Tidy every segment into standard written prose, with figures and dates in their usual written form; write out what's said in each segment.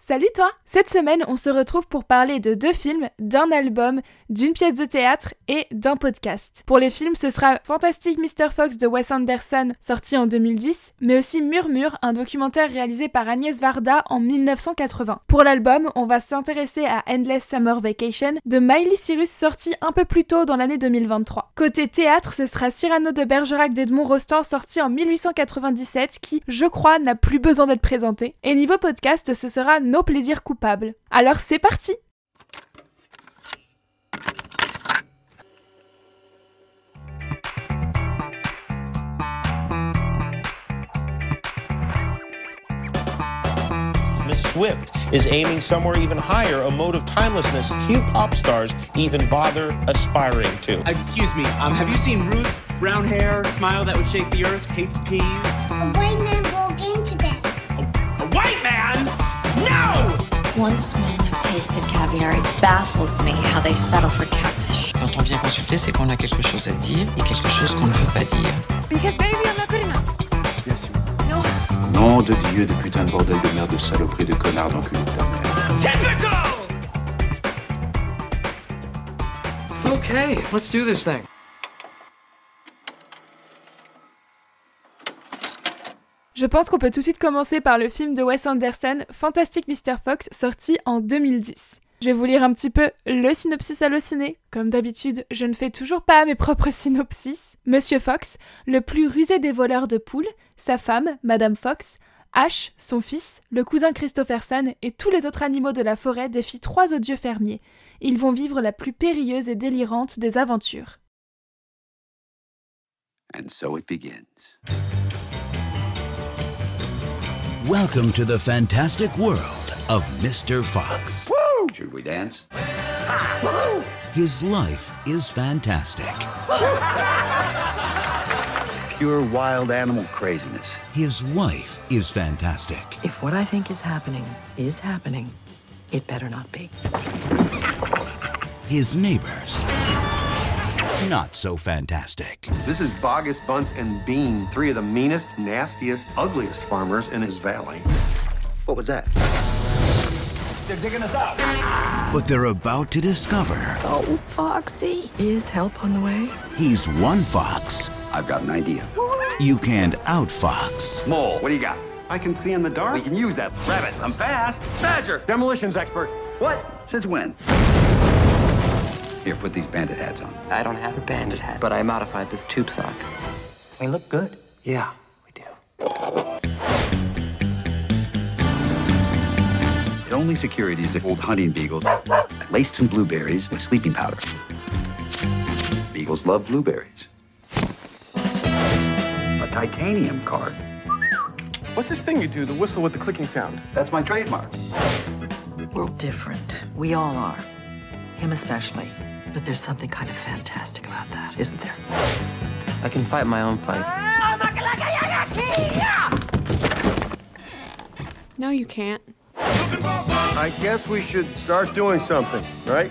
Salut toi! Cette semaine, on se retrouve pour parler de 2 films, d'un album, d'une pièce de théâtre et d'un podcast. Pour les films, ce sera Fantastic Mr. Fox de Wes Anderson, sorti en 2010, mais aussi Murmure, un documentaire réalisé par Agnès Varda en 1980. Pour l'album, on va s'intéresser à Endless Summer Vacation de Miley Cyrus, sorti un peu plus tôt dans l'année 2023. Côté théâtre, ce sera Cyrano de Bergerac d'Edmond Rostand, sorti en 1897, qui, je crois, n'a plus besoin d'être présenté. Et niveau podcast, ce sera Nos plaisirs coupables. Alors c'est parti! Miss Swift is aiming somewhere even higher, a mode of timelessness few pop stars even bother aspiring to. Excuse me, have you seen Ruth? Brown hair, smile that would shake the earth, hates peas. A white man broke in today. A white man? No! Once men have tasted caviar, it baffles me how they settle for catfish. Quand on vient consulter, c'est qu'on a quelque chose à dire et quelque chose qu'on ne veut pas dire. Because baby, I'm not good enough. Yes, No. nom de Dieu, de putain de bordel de merde, de saloperie, de connard, d'enculé de ta mère. Typical! Okay, let's do this thing. Je pense qu'on peut tout de suite commencer par le film de Wes Anderson, Fantastic Mr. Fox, sorti en 2010. Je vais vous lire un petit peu le synopsis halluciné. Comme d'habitude, je ne fais toujours pas mes propres synopsis. Monsieur Fox, le plus rusé des voleurs de poules, sa femme, Madame Fox, Ash, son fils, le cousin Christopherson et tous les autres animaux de la forêt défient 3 odieux fermiers. Ils vont vivre la plus périlleuse et délirante des aventures. And so it begins. Welcome to the fantastic world of Mr. Fox. Woo! Should we dance? His life is fantastic. Pure wild animal craziness. His wife is fantastic. If what I think is happening, it better not be. His neighbors, not so fantastic. This is Bogus, Bunce, and Bean, 3 of the meanest, nastiest, ugliest farmers in his valley. What was that? They're digging us out. But they're about to discover Oh, Foxy. Is help on the way? he's one fox I've got an idea. you can't outfox. Mole, what do you got? I can see in the dark. We can use that. Rabbit, I'm fast. Badger. Demolitions expert. What? Since when? Here, put these bandit hats on. I don't have a bandit hat, but I modified this tube sock. We look good. Yeah, we do. The only security is if old hunting beagle laced some blueberries with sleeping powder. Beagles love blueberries. A titanium card. What's this thing you do, the whistle with the clicking sound? That's my trademark. We're different. We all are. Him especially. But there's something kind of fantastic about that, isn't there? I can fight my own fight. No, you can't. I guess we should start doing something, right?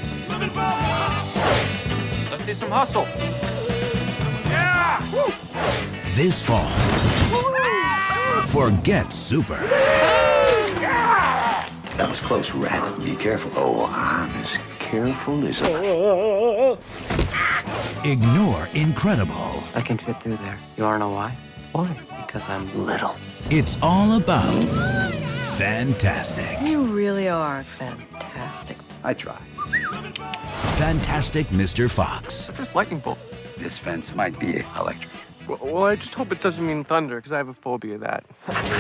Let's see some hustle. This fall, forget Super. That was close, rat. Be careful. Oh, I'm as careful as Ignore Incredible. I can fit through there. You wanna know why? Why? Because I'm little. It's all about fantastic. You really are fantastic. I try. Fantastic Mr. Fox. What's this lightning bolt? This fence might be electric. Well, I just hope it doesn't mean thunder, because I have a phobia of that.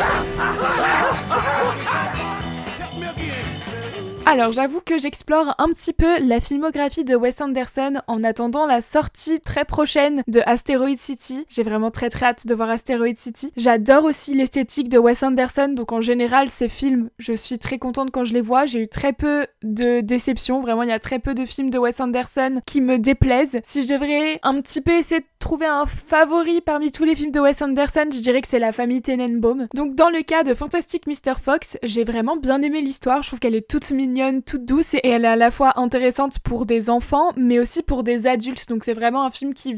Alors j'avoue que j'explore un petit peu la filmographie de Wes Anderson en attendant la sortie très prochaine de Asteroid City. J'ai vraiment très hâte de voir Asteroid City. J'adore aussi l'esthétique de Wes Anderson, donc en général ces films, je suis très contente quand je les vois. J'ai eu très peu de déceptions, vraiment il y a très peu de films de Wes Anderson qui me déplaisent. Si je devrais un petit peu essayer de trouver un favori parmi tous les films de Wes Anderson, je dirais que c'est La famille Tenenbaum. Donc dans le cas de Fantastic Mr. Fox, j'ai vraiment bien aimé l'histoire, je trouve qu'elle est toute mignonne, toute douce et elle est à la fois intéressante pour des enfants mais aussi pour des adultes, donc c'est vraiment un film qui vise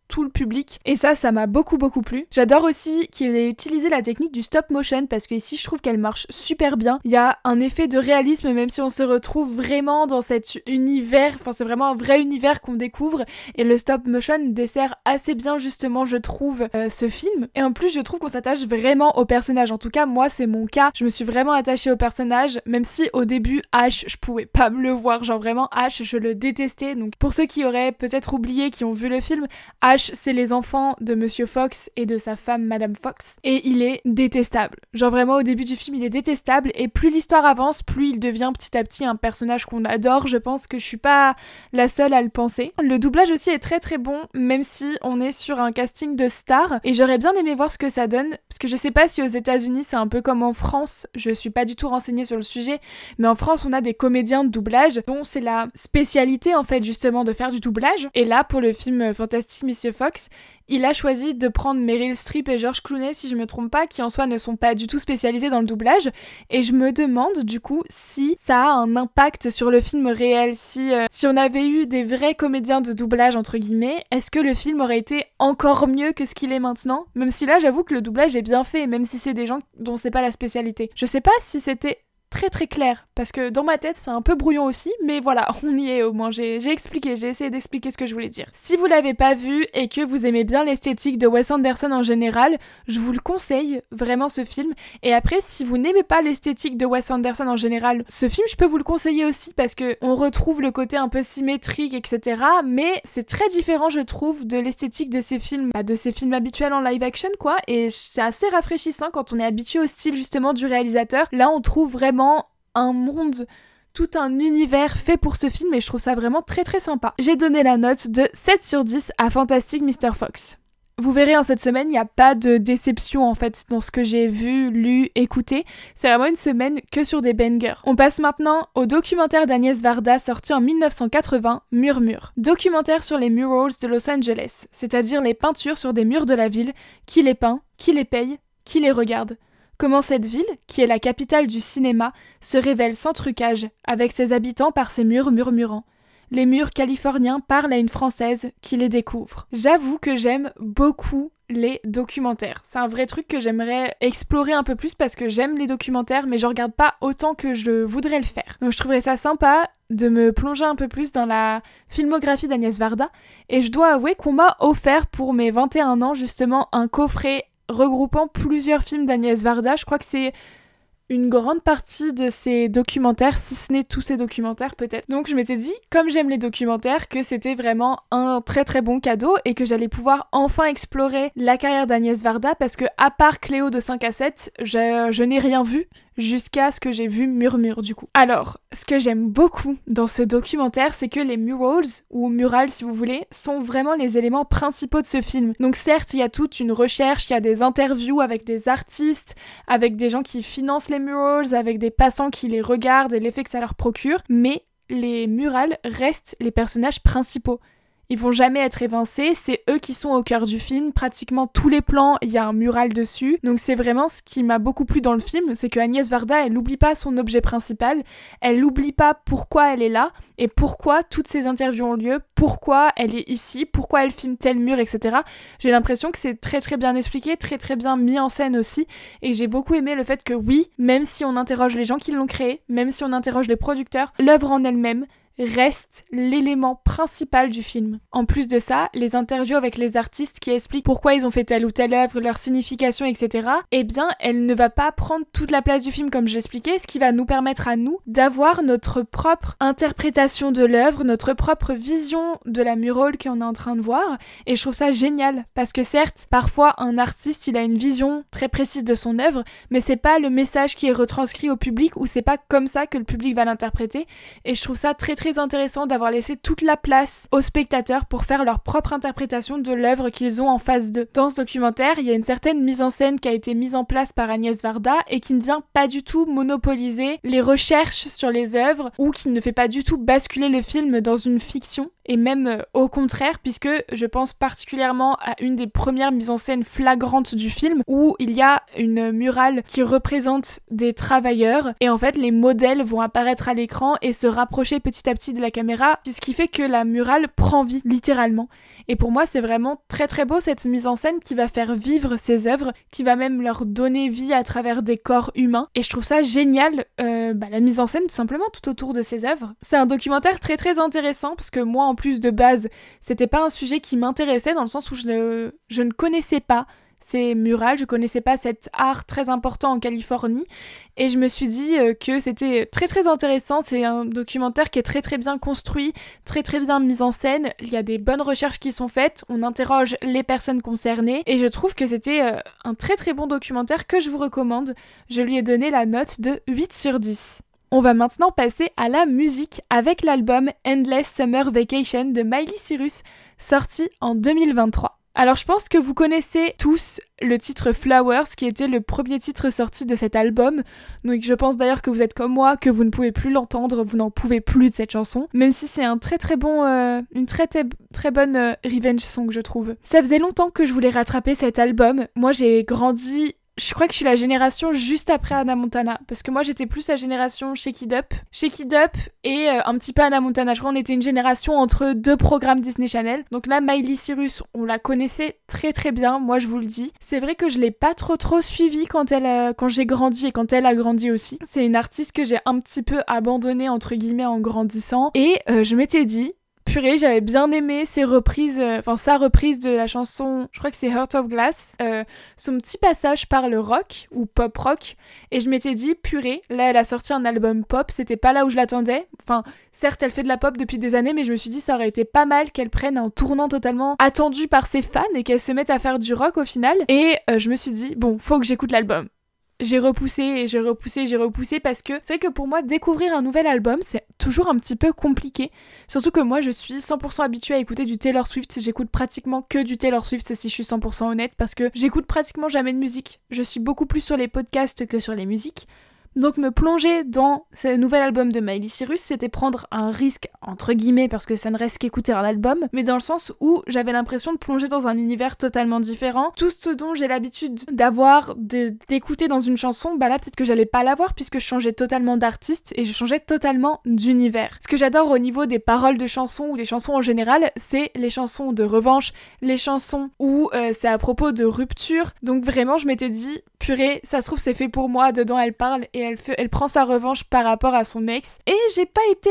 tout le public et ça m'a beaucoup plu. J'adore aussi qu'il ait utilisé la technique du stop motion parce que ici je trouve qu'elle marche super bien. Il y a un effet de réalisme même si on se retrouve vraiment dans cet univers, enfin c'est vraiment un vrai univers qu'on découvre et le stop motion dessert assez bien justement je trouve ce film et en plus je trouve qu'on s'attache vraiment au personnage. En tout cas moi c'est mon cas, je me suis vraiment attachée au personnage même si au début Ash je pouvais pas me le voir, genre vraiment Ash je le détestais. Donc pour ceux qui auraient peut-être oublié qui ont vu le film, Ash c'est les enfants de Monsieur Fox et de sa femme Madame Fox et il est détestable. Genre vraiment au début du film il est détestable et plus l'histoire avance plus il devient petit à petit un personnage qu'on adore. Je pense que je suis pas la seule à le penser. Le doublage aussi est très bon même si on est sur un casting de stars et j'aurais bien aimé voir ce que ça donne parce que je sais pas si aux États-Unis c'est un peu comme en France, je suis pas du tout renseignée sur le sujet mais en France on a des comédiens de doublage dont c'est la spécialité en fait justement de faire du doublage et là pour le film Fantastic Mr. Fox il a choisi de prendre Meryl Streep et George Clooney si je me trompe pas qui en soi ne sont pas du tout spécialisés dans le doublage et je me demande du coup si ça a un impact sur le film réel, si on avait eu des vrais comédiens de doublage entre guillemets, est-ce que le film aurait été encore mieux que ce qu'il est maintenant, même si là j'avoue que le doublage est bien fait même si c'est des gens dont c'est pas la spécialité. Je sais pas si c'était très clair parce que dans ma tête c'est un peu brouillon aussi mais voilà on y est au moins j'ai essayé d'expliquer ce que je voulais dire. Si vous l'avez pas vu et que vous aimez bien l'esthétique de Wes Anderson en général je vous le conseille vraiment ce film et après si vous n'aimez pas l'esthétique de Wes Anderson en général ce film je peux vous le conseiller aussi parce que on retrouve le côté un peu symétrique etc mais c'est très différent je trouve de l'esthétique de ces films habituels en live action quoi et c'est assez rafraîchissant quand on est habitué au style justement du réalisateur. Là on trouve vraiment un monde, tout un univers fait pour ce film et je trouve ça vraiment très sympa. J'ai donné la note de 7 sur 10 à Fantastic Mr. Fox. Vous verrez cette semaine, il n'y a pas de déception en fait dans ce que j'ai vu, lu, écouté. C'est vraiment une semaine que sur des bangers. On passe maintenant au documentaire d'Agnès Varda sorti en 1980, Murmure. Documentaire sur les murals de Los Angeles, c'est-à-dire les peintures sur des murs de la ville, qui les peint, qui les paye, qui les regarde. Comment cette ville, qui est la capitale du cinéma, se révèle sans trucage, avec ses habitants par ses murs murmurants. Les murs californiens parlent à une Française qui les découvre. J'avoue que j'aime beaucoup les documentaires. C'est un vrai truc que j'aimerais explorer un peu plus parce que j'aime les documentaires mais je regarde pas autant que je voudrais le faire. Donc je trouverais ça sympa de me plonger un peu plus dans la filmographie d'Agnès Varda et je dois avouer qu'on m'a offert pour mes 21 ans justement un coffret regroupant plusieurs films d'Agnès Varda. Je crois que c'est une grande partie de ces documentaires, si ce n'est tous ces documentaires peut-être. Donc je m'étais dit, comme j'aime les documentaires, que c'était vraiment un très bon cadeau et que j'allais pouvoir enfin explorer la carrière d'Agnès Varda parce que à part Cléo de 5 à 7, je n'ai rien vu jusqu'à ce que j'ai vu Murmure du coup. Alors, ce que j'aime beaucoup dans ce documentaire, c'est que les murals, ou murales si vous voulez, sont vraiment les éléments principaux de ce film. Donc certes, il y a toute une recherche, il y a des interviews avec des artistes, avec des gens qui financent les murals, avec des passants qui les regardent et l'effet que ça leur procure, mais les murales restent les personnages principaux. Ils vont jamais être évincés, c'est eux qui sont au cœur du film, pratiquement tous les plans, il y a un mural dessus. Donc c'est vraiment ce qui m'a beaucoup plu dans le film, c'est que Agnès Varda, elle n'oublie pas son objet principal, elle n'oublie pas pourquoi elle est là, et pourquoi toutes ces interviews ont lieu, pourquoi elle est ici, pourquoi elle filme tel mur, etc. J'ai l'impression que c'est très bien expliqué, très bien mis en scène aussi, et j'ai beaucoup aimé le fait que oui, même si on interroge les gens qui l'ont créé, même si on interroge les producteurs, l'œuvre en elle-même reste l'élément principal du film. En plus de ça, les interviews avec les artistes qui expliquent pourquoi ils ont fait telle ou telle œuvre, leur signification, etc. Eh bien, elle ne va pas prendre toute la place du film comme je l'expliquais, ce qui va nous permettre à nous d'avoir notre propre interprétation de l'œuvre, notre propre vision de la mural qu'on est en train de voir. Et je trouve ça génial, parce que certes, parfois un artiste, il a une vision très précise de son œuvre, mais c'est pas le message qui est retranscrit au public, ou c'est pas comme ça que le public va l'interpréter. Et je trouve ça très intéressant d'avoir laissé toute la place aux spectateurs pour faire leur propre interprétation de l'œuvre qu'ils ont en face d'eux. Dans ce documentaire, il y a une certaine mise en scène qui a été mise en place par Agnès Varda et qui ne vient pas du tout monopoliser les recherches sur les œuvres ou qui ne fait pas du tout basculer le film dans une fiction. et même au contraire, puisque je pense particulièrement à une des premières mises en scène flagrantes du film, où il y a une murale qui représente des travailleurs, et en fait les modèles vont apparaître à l'écran et se rapprocher petit à petit de la caméra, ce qui fait que la murale prend vie, littéralement. Et pour moi, c'est vraiment très très beau cette mise en scène qui va faire vivre ces œuvres, qui va même leur donner vie à travers des corps humains. Et je trouve ça génial, la mise en scène tout simplement tout autour de ces œuvres. C'est un documentaire très très intéressant parce que moi en plus de base, c'était pas un sujet qui m'intéressait dans le sens où je ne connaissais pas ces murales, je connaissais pas cet art très important en Californie et je me suis dit que c'était très très intéressant. C'est un documentaire qui est très très bien construit, très très bien mis en scène, il y a des bonnes recherches qui sont faites, on interroge les personnes concernées et je trouve que c'était un très très bon documentaire que je vous recommande. Je lui ai donné la note de 8 sur 10. On va maintenant passer à la musique avec l'album Endless Summer Vacation de Miley Cyrus, sorti en 2023. Alors je pense que vous connaissez tous le titre Flowers, qui était le premier titre sorti de cet album. Donc je pense d'ailleurs que vous êtes comme moi, que vous ne pouvez plus l'entendre, vous n'en pouvez plus de cette chanson. Même si c'est un très très bon, une très bonne revenge song, je trouve. Ça faisait longtemps que je voulais rattraper cet album. Moi j'ai grandi... Je crois que je suis la génération juste après Hannah Montana, parce que moi j'étais plus la génération Shake It Up et un petit peu Hannah Montana. Je crois qu'on était une génération entre deux programmes Disney Channel. Donc là, Miley Cyrus, on la connaissait très très bien, moi je vous le dis. C'est vrai que je l'ai pas trop suivie quand j'ai grandi et quand elle a grandi aussi. C'est une artiste que j'ai un petit peu abandonnée entre guillemets en grandissant et je m'étais dit, purée, j'avais bien aimé sa reprise de la chanson, je crois que c'est Heart of Glass, son petit passage par le rock, ou pop rock, et je m'étais dit, purée, là elle a sorti un album pop, c'était pas là où je l'attendais, enfin, certes elle fait de la pop depuis des années, mais je me suis dit ça aurait été pas mal qu'elle prenne un tournant totalement attendu par ses fans, et qu'elle se mette à faire du rock au final, et je me suis dit, bon, faut que j'écoute l'album. J'ai repoussé parce que c'est vrai que pour moi, découvrir un nouvel album, c'est toujours un petit peu compliqué. Surtout que moi, je suis 100% habituée à écouter du Taylor Swift. J'écoute pratiquement que du Taylor Swift, si je suis 100% honnête, parce que j'écoute pratiquement jamais de musique. Je suis beaucoup plus sur les podcasts que sur les musiques. Donc me plonger dans ce nouvel album de Miley Cyrus, c'était prendre un risque, entre guillemets, parce que ça ne reste qu'écouter un album, mais dans le sens où j'avais l'impression de plonger dans un univers totalement différent. Tout ce dont j'ai l'habitude d'écouter dans une chanson, bah là peut-être que j'allais pas l'avoir puisque je changeais totalement d'artiste et je changeais totalement d'univers. Ce que j'adore au niveau des paroles de chansons ou des chansons en général, c'est les chansons de revanche, les chansons où c'est à propos de rupture. Donc vraiment je m'étais dit, purée, ça se trouve c'est fait pour moi, dedans elle parle et elle prend sa revanche par rapport à son ex. Et j'ai pas été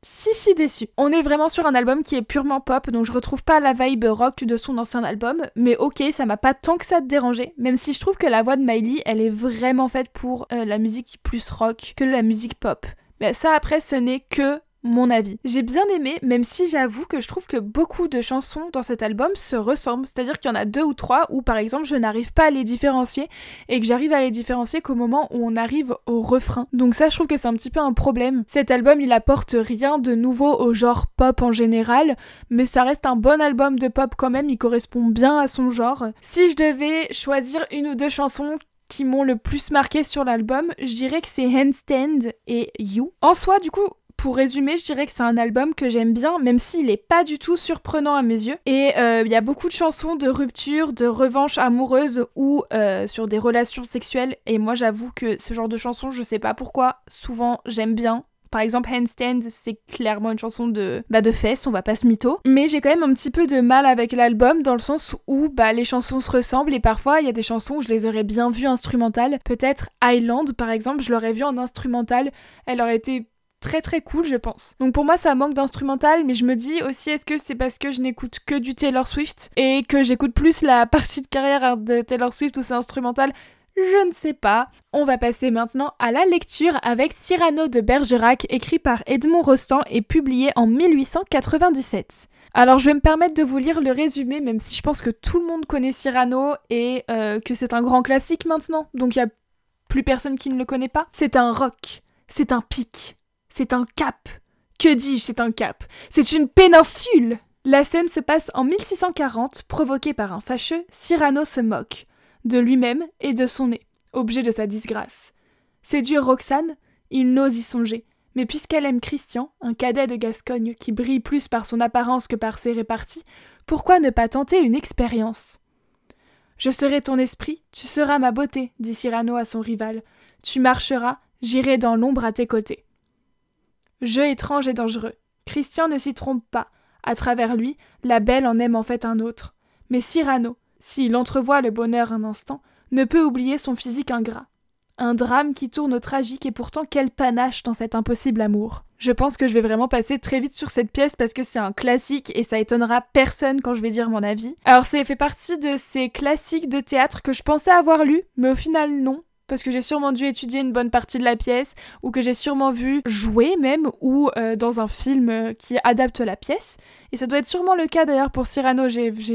si déçue. On est vraiment sur un album qui est purement pop, donc je retrouve pas la vibe rock de son ancien album, mais ok, ça m'a pas tant que ça dérangé, même si je trouve que la voix de Miley, elle est vraiment faite pour la musique plus rock que la musique pop. Mais ça après, ce n'est que mon avis. J'ai bien aimé, même si j'avoue que je trouve que beaucoup de chansons dans cet album se ressemblent, c'est-à-dire qu'il y en a 2 ou 3 où par exemple je n'arrive pas à les différencier et que j'arrive à les différencier qu'au moment où on arrive au refrain. Donc ça je trouve que c'est un petit peu un problème. Cet album il apporte rien de nouveau au genre pop en général, mais ça reste un bon album de pop quand même, il correspond bien à son genre. Si je devais choisir une ou 2 chansons qui m'ont le plus marqué sur l'album, je dirais que c'est Handstand et You. En soi du coup, pour résumer, je dirais que c'est un album que j'aime bien, même s'il est pas du tout surprenant à mes yeux. Et il y a beaucoup de chansons de rupture, de revanche amoureuse ou sur des relations sexuelles. Et moi, j'avoue que ce genre de chansons, je sais pas pourquoi, souvent j'aime bien. Par exemple, Handstand, c'est clairement une chanson de fesses, on va pas se mytho. Mais j'ai quand même un petit peu de mal avec l'album, dans le sens où les chansons se ressemblent et parfois il y a des chansons où je les aurais bien vues instrumentales. Peut-être Island, par exemple, je l'aurais vue en instrumental, elle aurait été très cool je pense. Donc pour moi ça manque d'instrumental, mais je me dis aussi est-ce que c'est parce que je n'écoute que du Taylor Swift et que j'écoute plus la partie de carrière de Taylor Swift où c'est instrumental? Je ne sais pas. On va passer maintenant à la lecture avec Cyrano de Bergerac, écrit par Edmond Rostand et publié en 1897. Alors je vais me permettre de vous lire le résumé, même si je pense que tout le monde connaît Cyrano et que c'est un grand classique maintenant, donc il n'y a plus personne qui ne le connaît pas. C'est un roc, c'est un pic, c'est un cap. Que dis-je, c'est un cap? C'est une péninsule! La scène se passe en 1640, provoquée par un fâcheux, Cyrano se moque de lui-même et de son nez, objet de sa disgrâce. Séduire Roxane, il n'ose y songer, Mais puisqu'elle aime Christian, un cadet de Gascogne qui brille plus par son apparence que par ses réparties, pourquoi ne pas tenter une expérience ? Je serai ton esprit, tu seras ma beauté, dit Cyrano à son rival. Tu marcheras, j'irai dans l'ombre à tes côtés. Jeu étrange et dangereux. Christian ne s'y trompe pas. À travers lui, la belle en aime en fait un autre. Mais Cyrano, s'il entrevoit le bonheur un instant, ne peut oublier son physique ingrat. Un drame qui tourne au tragique et pourtant quel panache dans cet impossible amour. Je pense que je vais vraiment passer très vite sur cette pièce parce que c'est un classique et ça étonnera personne quand je vais dire mon avis. Alors ça fait partie de ces classiques de théâtre que je pensais avoir lus, mais au final non. Parce que j'ai sûrement dû étudier une bonne partie de la pièce, ou que j'ai sûrement vu jouer même, ou dans un film qui adapte la pièce. Et ça doit être sûrement le cas d'ailleurs pour Cyrano,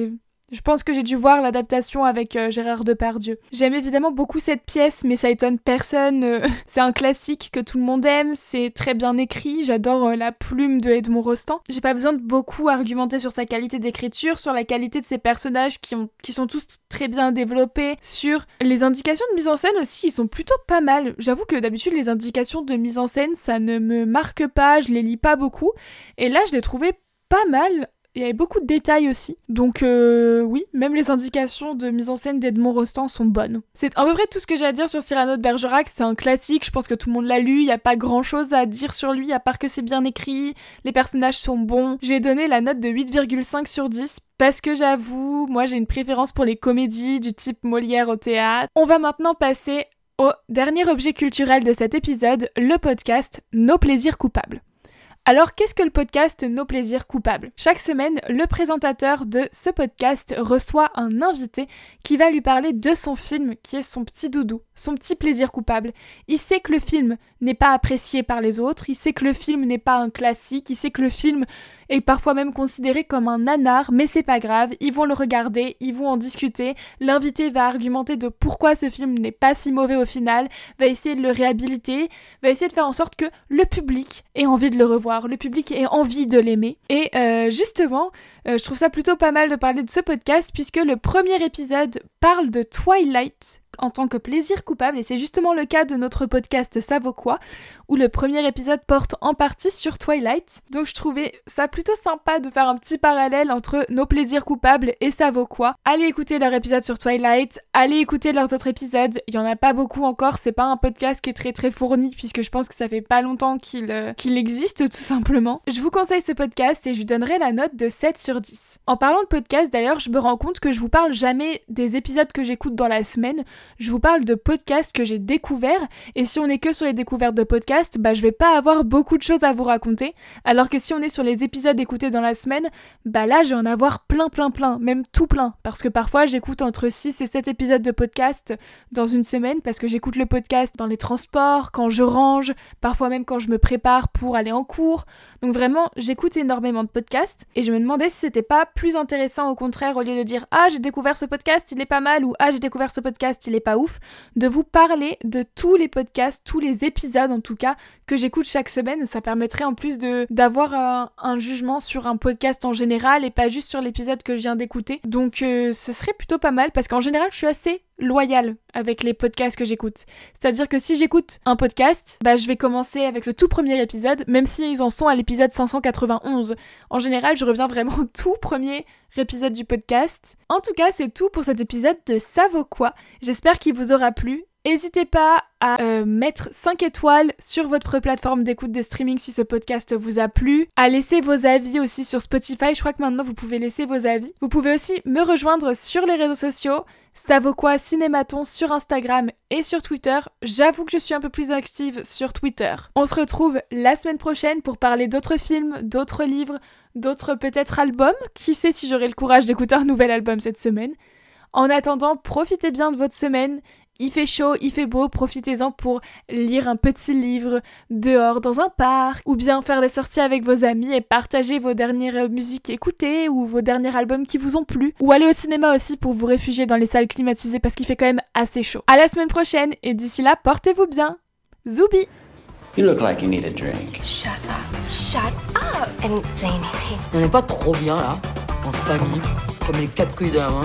je pense que j'ai dû voir l'adaptation avec Gérard Depardieu. J'aime évidemment beaucoup cette pièce, mais ça étonne personne. C'est un classique que tout le monde aime, c'est très bien écrit, j'adore la plume de Edmond Rostand. J'ai pas besoin de beaucoup argumenter sur sa qualité d'écriture, sur la qualité de ses personnages qui sont tous très bien développés, sur les indications de mise en scène aussi, ils sont plutôt pas mal. J'avoue que d'habitude les indications de mise en scène, ça ne me marque pas, je les lis pas beaucoup, et là je les trouvais pas mal. Il y avait beaucoup de détails aussi. Donc oui, même les indications de mise en scène d'Edmond Rostand sont bonnes. C'est à peu près tout ce que j'ai à dire sur Cyrano de Bergerac. C'est un classique, je pense que tout le monde l'a lu. Il n'y a pas grand chose à dire sur lui, à part que c'est bien écrit. Les personnages sont bons. Je vais donner la note de 8,5 sur 10. Parce que j'avoue, moi j'ai une préférence pour les comédies du type Molière au théâtre. On va maintenant passer au dernier objet culturel de cet épisode, le podcast Nos plaisirs coupables. Alors, qu'est-ce que le podcast Nos plaisirs coupables ? Chaque semaine, le présentateur de ce podcast reçoit un invité qui va lui parler de son film, qui est son petit doudou, son petit plaisir coupable. Il sait que le film n'est pas apprécié par les autres, il sait que le film n'est pas un classique, il sait que le film est parfois même considéré comme un nanar, mais c'est pas grave, ils vont le regarder, ils vont en discuter, l'invité va argumenter de pourquoi ce film n'est pas si mauvais au final, va essayer de le réhabiliter, va essayer de faire en sorte que le public ait envie de le revoir, le public ait envie de l'aimer. Et justement, je trouve ça plutôt pas mal de parler de ce podcast puisque le premier épisode parle de Twilight en tant que plaisir coupable, et c'est justement le cas de notre podcast Ça vaut quoi, où le premier épisode porte en partie sur Twilight. Donc je trouvais ça plutôt sympa de faire un petit parallèle entre nos plaisirs coupables et Ça vaut quoi. Allez écouter leur épisode sur Twilight, allez écouter leurs autres épisodes, il y en a pas beaucoup encore, c'est pas un podcast qui est très très fourni puisque je pense que ça fait pas longtemps qu'il existe tout simplement. Je vous conseille ce podcast et je lui donnerai la note de 7 sur 10. En parlant de podcast d'ailleurs, je me rends compte que je vous parle jamais des épisodes que j'écoute dans la semaine, je vous parle de podcasts que j'ai découverts, et si on est que sur les découvertes de podcasts, je vais pas avoir beaucoup de choses à vous raconter, alors que si on est sur les épisodes écoutés dans la semaine, là je vais en avoir plein, même tout plein, parce que parfois j'écoute entre 6 et 7 épisodes de podcast dans une semaine, parce que j'écoute le podcast dans les transports, quand je range, parfois même quand je me prépare pour aller en cours, donc vraiment j'écoute énormément de podcasts, et je me demandais si c'était pas plus intéressant au contraire, au lieu de dire « Ah j'ai découvert ce podcast, il est pas mal » ou « Ah j'ai découvert ce podcast, il est pas ouf », de vous parler de tous les podcasts, tous les épisodes en tout cas, que j'écoute chaque semaine. Ça permettrait en plus d'avoir un jugement sur un podcast en général et pas juste sur l'épisode que je viens d'écouter. Donc ce serait plutôt pas mal parce qu'en général je suis assez loyale avec les podcasts que j'écoute. C'est-à-dire que si j'écoute un podcast, je vais commencer avec le tout premier épisode, même s'ils en sont à l'épisode 591. En général, je reviens vraiment au tout premier épisode du podcast. En tout cas, c'est tout pour cet épisode de Ça vaut quoi. J'espère qu'il vous aura plu. N'hésitez pas à mettre 5 étoiles sur votre plateforme d'écoute de streaming si ce podcast vous a plu, à laisser vos avis aussi sur Spotify, je crois que maintenant vous pouvez laisser vos avis. Vous pouvez aussi me rejoindre sur les réseaux sociaux, Ça vaut quoi Cinématon sur Instagram et sur Twitter. J'avoue que je suis un peu plus active sur Twitter. On se retrouve la semaine prochaine pour parler d'autres films, d'autres livres, d'autres peut-être albums. Qui sait si j'aurai le courage d'écouter un nouvel album cette semaine. En attendant, profitez bien de votre semaine. Il fait chaud, il fait beau, profitez-en pour lire un petit livre dehors dans un parc, ou bien faire des sorties avec vos amis et partager vos dernières musiques écoutées ou vos derniers albums qui vous ont plu, ou aller au cinéma aussi pour vous réfugier dans les salles climatisées parce qu'il fait quand même assez chaud. À la semaine prochaine et d'ici là, portez-vous bien. Zoubi! You look like you need a drink. Shut up. Shut up. I didn't say anything. On n'est pas trop bien là, en famille, comme les 4 couilles d'un main.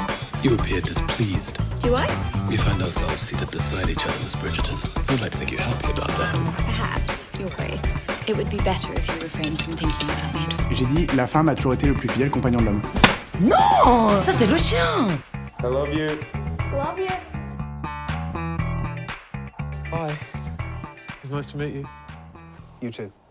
You appear displeased. Do I? We find ourselves seated beside each other, Miss Bridgerton. I'd like to think you're happy about that. Perhaps, Your Grace. It would be better if you refrained from thinking about me. J'ai dit, la femme a toujours été le plus fidèle compagnon de l'homme. Non! Ça, c'est le chien! I love you. Love you. Hi. It's nice to meet you. You too.